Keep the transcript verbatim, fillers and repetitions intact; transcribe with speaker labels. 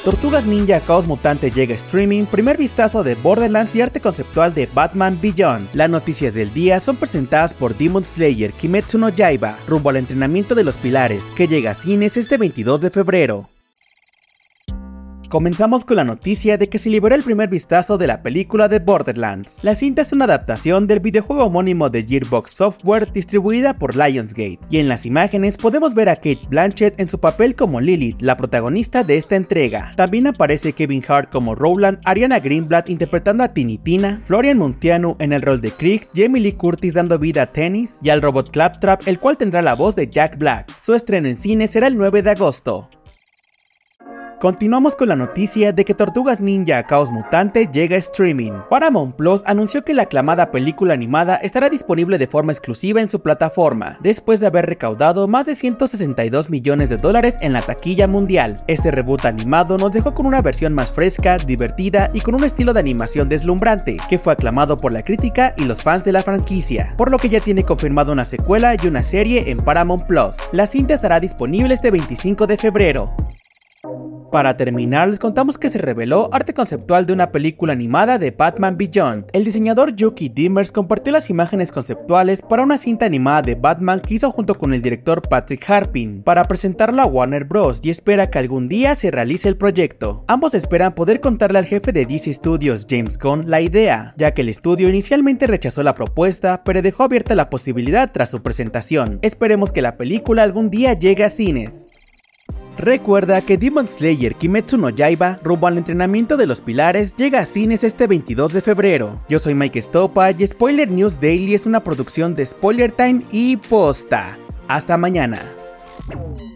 Speaker 1: Tortugas Ninja Caos Mutante llega a streaming, primer vistazo de Borderlands y arte conceptual de Batman Beyond. Las noticias del día son presentadas por Demon Slayer Kimetsu no Yaiba, rumbo al entrenamiento de los pilares, que llega a cines este veintidós de febrero. Comenzamos con la noticia de que se liberó el primer vistazo de la película de Borderlands. La cinta es una adaptación del videojuego homónimo de Gearbox Software distribuida por Lionsgate, y en las imágenes podemos ver a Cate Blanchett en su papel como Lilith, la protagonista de esta entrega. También aparece Kevin Hart como Roland, Ariana Greenblatt interpretando a Tinitina, Florian Munteanu en el rol de Krieg, Jamie Lee Curtis dando vida a Tennis y al robot Claptrap, el cual tendrá la voz de Jack Black. Su estreno en cine será el nueve de agosto. Continuamos con la noticia de que Tortugas Ninja Caos Mutante llega a streaming. Paramount Plus anunció que la aclamada película animada estará disponible de forma exclusiva en su plataforma, después de haber recaudado más de ciento sesenta y dos millones de dólares en la taquilla mundial. Este reboot animado nos dejó con una versión más fresca, divertida y con un estilo de animación deslumbrante, que fue aclamado por la crítica y los fans de la franquicia, por lo que ya tiene confirmado una secuela y una serie en Paramount Plus. La cinta estará disponible este veinticinco de febrero. Para terminar, les contamos que se reveló arte conceptual de una película animada de Batman Beyond. El diseñador Yuki Dimmers compartió las imágenes conceptuales para una cinta animada de Batman que hizo junto con el director Patrick Harpin, para presentarlo a Warner Bros. Y espera que algún día se realice el proyecto. Ambos esperan poder contarle al jefe de D C Studios, James Gunn, la idea, ya que el estudio inicialmente rechazó la propuesta, pero dejó abierta la posibilidad tras su presentación. Esperemos que la película algún día llegue a cines. Recuerda que Demon Slayer Kimetsu no Yaiba, rumbo al entrenamiento de los pilares, llega a cines este veintidós de febrero. Yo soy Mike Estopa y Spoiler News Daily es una producción de Spoiler Time y Posta. Hasta mañana.